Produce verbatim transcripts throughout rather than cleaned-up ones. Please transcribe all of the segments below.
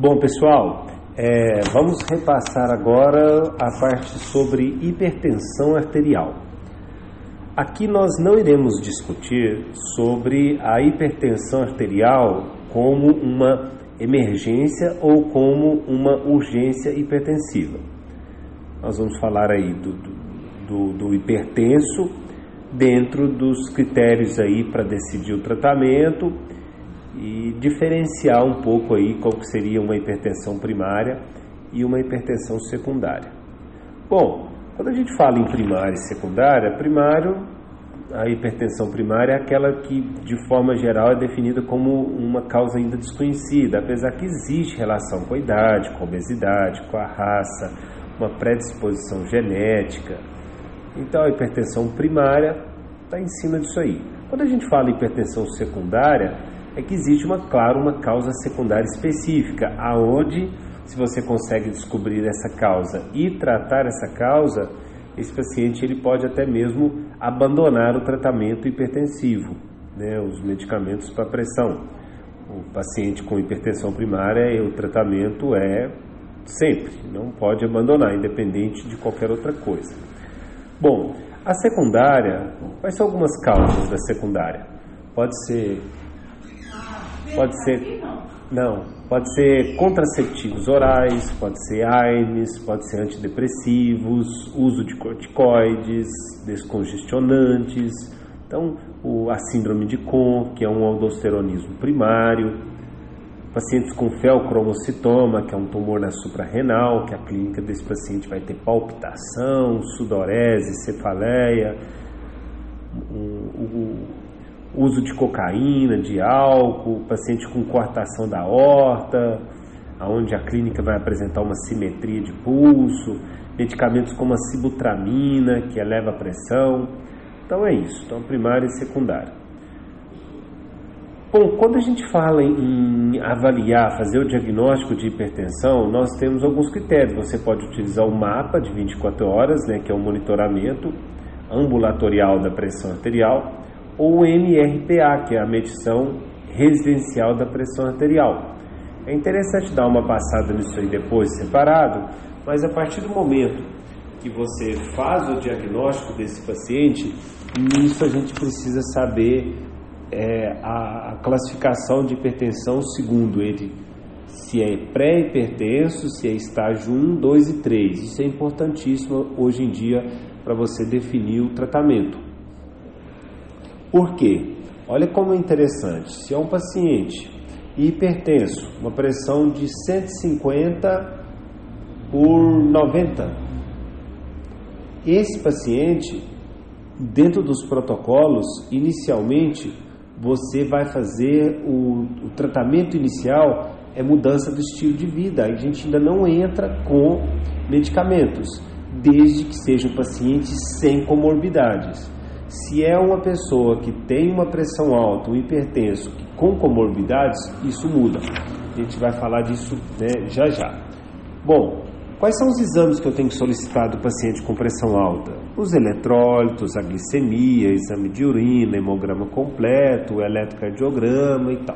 Bom, pessoal, é, vamos repassar agora a parte sobre hipertensão arterial. Aqui nós não iremos discutir sobre a hipertensão arterial como uma emergência ou como uma urgência hipertensiva. Nós vamos falar aí do, do, do hipertenso dentro dos critérios aí para decidir o tratamento e diferenciar um pouco aí qual que seria uma hipertensão primária e uma hipertensão secundária. Bom, quando a gente fala em primária e secundária, primário, a hipertensão primária é aquela que de forma geral é definida como uma causa ainda desconhecida, apesar que existe relação com a idade, com a obesidade, com a raça, uma predisposição genética. Então a hipertensão primária está em cima disso aí. Quando a gente fala em hipertensão secundária, é que existe, uma, claro, uma causa secundária específica, aonde, se você consegue descobrir essa causa e tratar essa causa, esse paciente ele pode até mesmo abandonar o tratamento hipertensivo, né, os medicamentos para pressão. O paciente com hipertensão primária, o tratamento é sempre, não pode abandonar, independente de qualquer outra coisa. Bom, a secundária, quais são algumas causas da secundária? Pode ser... Pode ser, não, pode ser contraceptivos orais, pode ser A I N S, pode ser antidepressivos, uso de corticoides, descongestionantes, então o, a síndrome de Cohn, que é um aldosteronismo primário, pacientes com feocromocitoma, que é um tumor na suprarrenal, que a clínica desse paciente vai ter palpitação, sudorese, cefaleia, o, o uso de cocaína, de álcool, paciente com coartação da aorta, onde a clínica vai apresentar uma simetria de pulso, medicamentos como a sibutramina, que eleva a pressão. Então é isso, então primária e secundária. Bom, quando a gente fala em avaliar, fazer o diagnóstico de hipertensão, nós temos alguns critérios. Você pode utilizar o mapa de vinte e quatro horas, né, que é o monitoramento ambulatorial da pressão arterial, ou o M R P A, que é a medição residencial da pressão arterial. É interessante dar uma passada nisso aí depois, separado, mas a partir do momento que você faz o diagnóstico desse paciente, nisso a gente precisa saber é, a, a classificação de hipertensão segundo ele, se é pré-hipertenso, se é estágio um, dois e três. Isso é importantíssimo hoje em dia para você definir o tratamento. Por quê? Olha como é interessante. Se é um paciente hipertenso, uma pressão de cento e cinquenta por noventa, esse paciente, dentro dos protocolos, inicialmente, você vai fazer o, o tratamento inicial é mudança do estilo de vida. A gente ainda não entra com medicamentos, desde que seja um paciente sem comorbidades. Se é uma pessoa que tem uma pressão alta, um hipertenso, com comorbidades, isso muda. A gente vai falar disso, né, já já. Bom, quais são os exames que eu tenho que solicitar do paciente com pressão alta? Os eletrólitos, a glicemia, exame de urina, hemograma completo, eletrocardiograma e tal.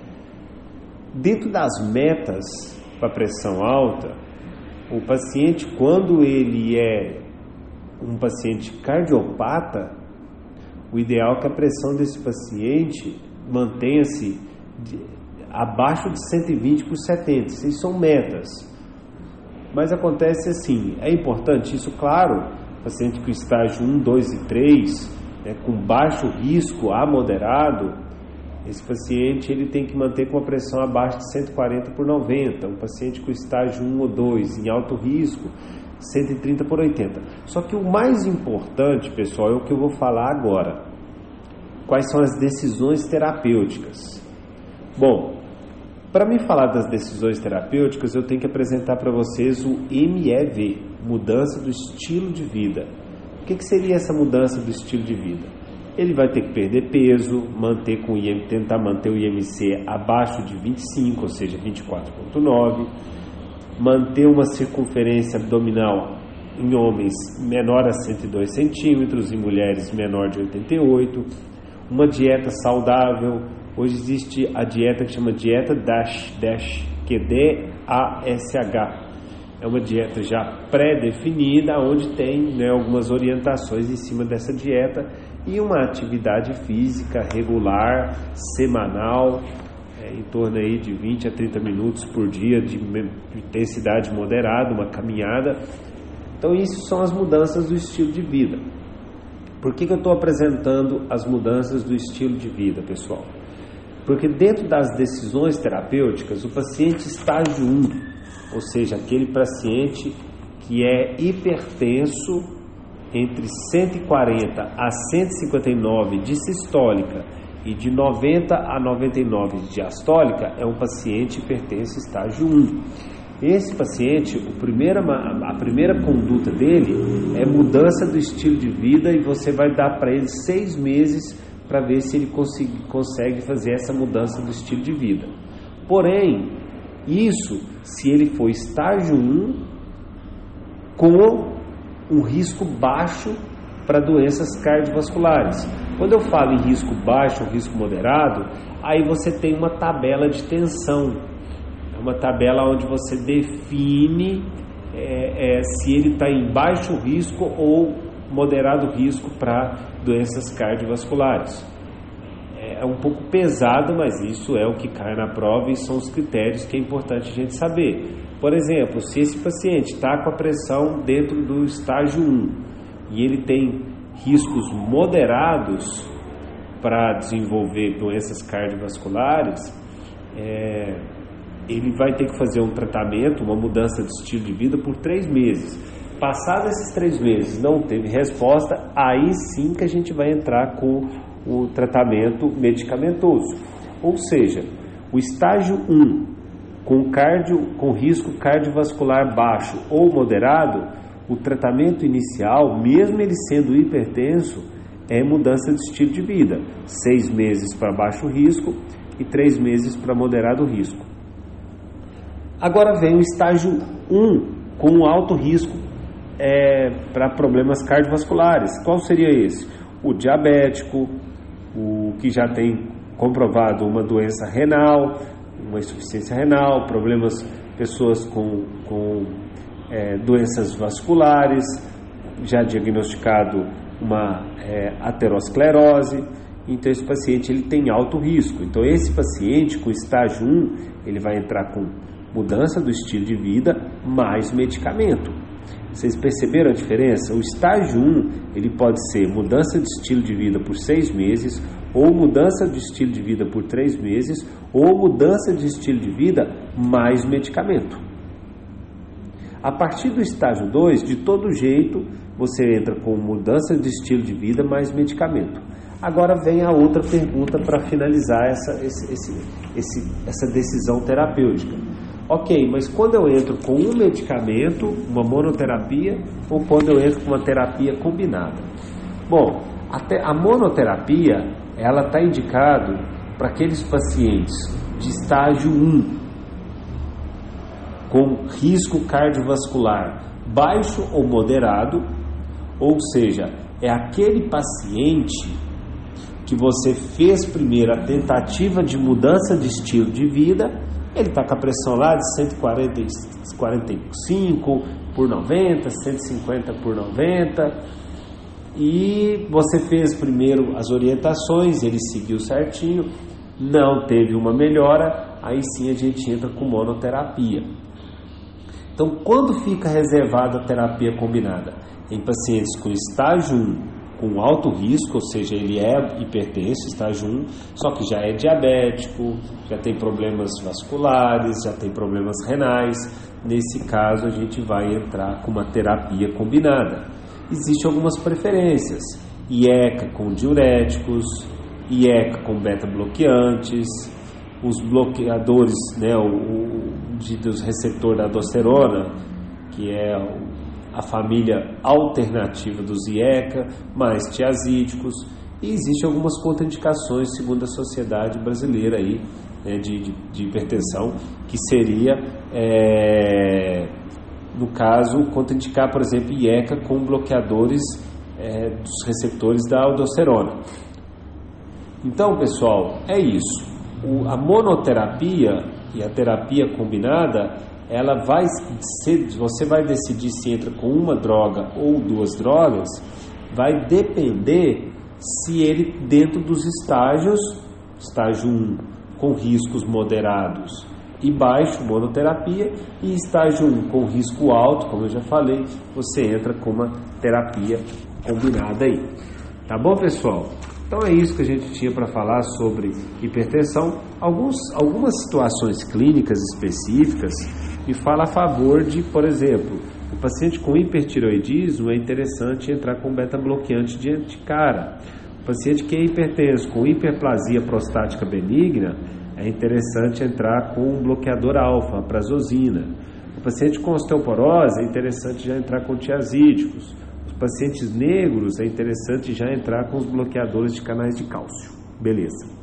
Dentro das metas para pressão alta, o paciente, quando ele é um paciente cardiopata, o ideal é que a pressão desse paciente mantenha-se abaixo de cento e vinte por setenta. Essas são metas. Mas acontece assim, é importante isso, claro, paciente com estágio um, dois e três, né, com baixo risco a moderado, esse paciente ele tem que manter com a pressão abaixo de cento e quarenta por noventa. Um paciente com estágio um ou dois, em alto risco, cento e trinta por oitenta. Só que o mais importante, pessoal, é o que eu vou falar agora. Quais são as decisões terapêuticas? Bom, para me falar das decisões terapêuticas, eu tenho que apresentar para vocês o M E V, mudança do estilo de vida. O que, que seria essa mudança do estilo de vida? Ele vai ter que perder peso, manter com o I M, tentar manter o I M C abaixo de vinte e cinco, ou seja, vinte e quatro vírgula nove, manter uma circunferência abdominal em homens menor a cento e dois centímetros, em mulheres menor de oitenta e oito, uma dieta saudável. Hoje existe a dieta que chama dieta DASH, DASH que D A S H. É uma dieta já pré-definida, onde tem, né, algumas orientações em cima dessa dieta e uma atividade física regular, semanal, é, em torno aí de vinte a trinta minutos por dia de intensidade moderada, uma caminhada. Então, isso são as mudanças do estilo de vida. Por que que eu estou apresentando as mudanças do estilo de vida, pessoal? Porque dentro das decisões terapêuticas, o paciente estágio um, ou seja, aquele paciente que é hipertenso entre cento e quarenta a cento e cinquenta e nove de sistólica e de noventa a noventa e nove de diastólica, é um paciente hipertenso estágio um. Esse paciente, o primeira, a primeira conduta dele é mudança do estilo de vida, e você vai dar para ele seis meses para ver se ele consegue, consegue fazer essa mudança do estilo de vida. Porém, isso se ele for estágio um com um risco baixo para doenças cardiovasculares. Quando eu falo em risco baixo ou risco moderado, aí você tem uma tabela de tensão. É uma tabela onde você define é, é, se ele está em baixo risco ou moderado risco para doenças cardiovasculares. É um pouco pesado, mas isso é o que cai na prova e são os critérios que é importante a gente saber. Por exemplo, se esse paciente está com a pressão dentro do estágio um e ele tem riscos moderados para desenvolver doenças cardiovasculares, é, ele vai ter que fazer um tratamento, uma mudança de estilo de vida por três meses. Passados esses três meses não teve resposta, aí sim que a gente vai entrar com o tratamento medicamentoso. Ou seja, o estágio um, com, cardio, com risco cardiovascular baixo ou moderado, o tratamento inicial, mesmo ele sendo hipertenso, é mudança de estilo de vida. Seis meses para baixo risco e três meses para moderado risco. Agora vem o estágio um, com alto risco é, para problemas cardiovasculares. Qual seria esse? O diabético, o que já tem comprovado uma doença renal, uma insuficiência renal, problemas, pessoas com, com é, doenças vasculares, já diagnosticado uma é, aterosclerose. Então esse paciente ele tem alto risco. Então esse paciente com estágio um, ele vai entrar com mudança do estilo de vida mais medicamento. Vocês perceberam a diferença? O estágio um, ele pode ser mudança de estilo de vida por seis meses, ou mudança de estilo de vida por três meses, ou mudança de estilo de vida mais medicamento. A partir do estágio dois, de todo jeito, você entra com mudança de estilo de vida mais medicamento. Agora vem a outra pergunta para finalizar essa, esse, esse, esse, essa decisão terapêutica. Ok, mas quando eu entro com um medicamento, uma monoterapia, ou quando eu entro com uma terapia combinada? Bom, até a monoterapia, ela está indicado para aqueles pacientes de estágio um, com risco cardiovascular baixo ou moderado, ou seja, é aquele paciente que você fez primeiro a tentativa de mudança de estilo de vida. Ele está com a pressão lá de cento e quarenta e cinco por noventa, cento e cinquenta por noventa, e você fez primeiro as orientações, ele seguiu certinho, não teve uma melhora, aí sim a gente entra com monoterapia. Então, quando fica reservada a terapia combinada? Em pacientes com estágio um, com alto risco, ou seja, ele é hipertenso, estágio um, só que já é diabético, já tem problemas vasculares, já tem problemas renais. Nesse caso, a gente vai entrar com uma terapia combinada. Existem algumas preferências: I E C A com diuréticos, I E C A com beta-bloqueantes, os bloqueadores, né, o, o, de, dos receptores da aldosterona, que é o a família alternativa dos I E C A, mais tiazídicos, e existem algumas contraindicações segundo a Sociedade Brasileira aí, né, de, de, de hipertensão, que seria, é, no caso, contraindicar, por exemplo, I E C A com bloqueadores é, dos receptores da aldosterona. Então, pessoal, é isso. O, a monoterapia, E a terapia combinada, ela vai ser, você vai decidir se entra com uma droga ou duas drogas, vai depender se ele dentro dos estágios, estágio um com riscos moderados e baixo, monoterapia, e estágio um com risco alto, como eu já falei, você entra com uma terapia combinada aí. Tá bom, pessoal? Então é isso que a gente tinha para falar sobre hipertensão. Alguns, algumas situações clínicas específicas me falam a favor de, por exemplo, o paciente com hipertireoidismo é interessante entrar com beta-bloqueante de cara. O paciente que é hipertenso com hiperplasia prostática benigna, é interessante entrar com um bloqueador alfa, a prazosina. O paciente com osteoporose, é interessante já entrar com tiazídicos. Os pacientes negros, é interessante já entrar com os bloqueadores de canais de cálcio. Beleza.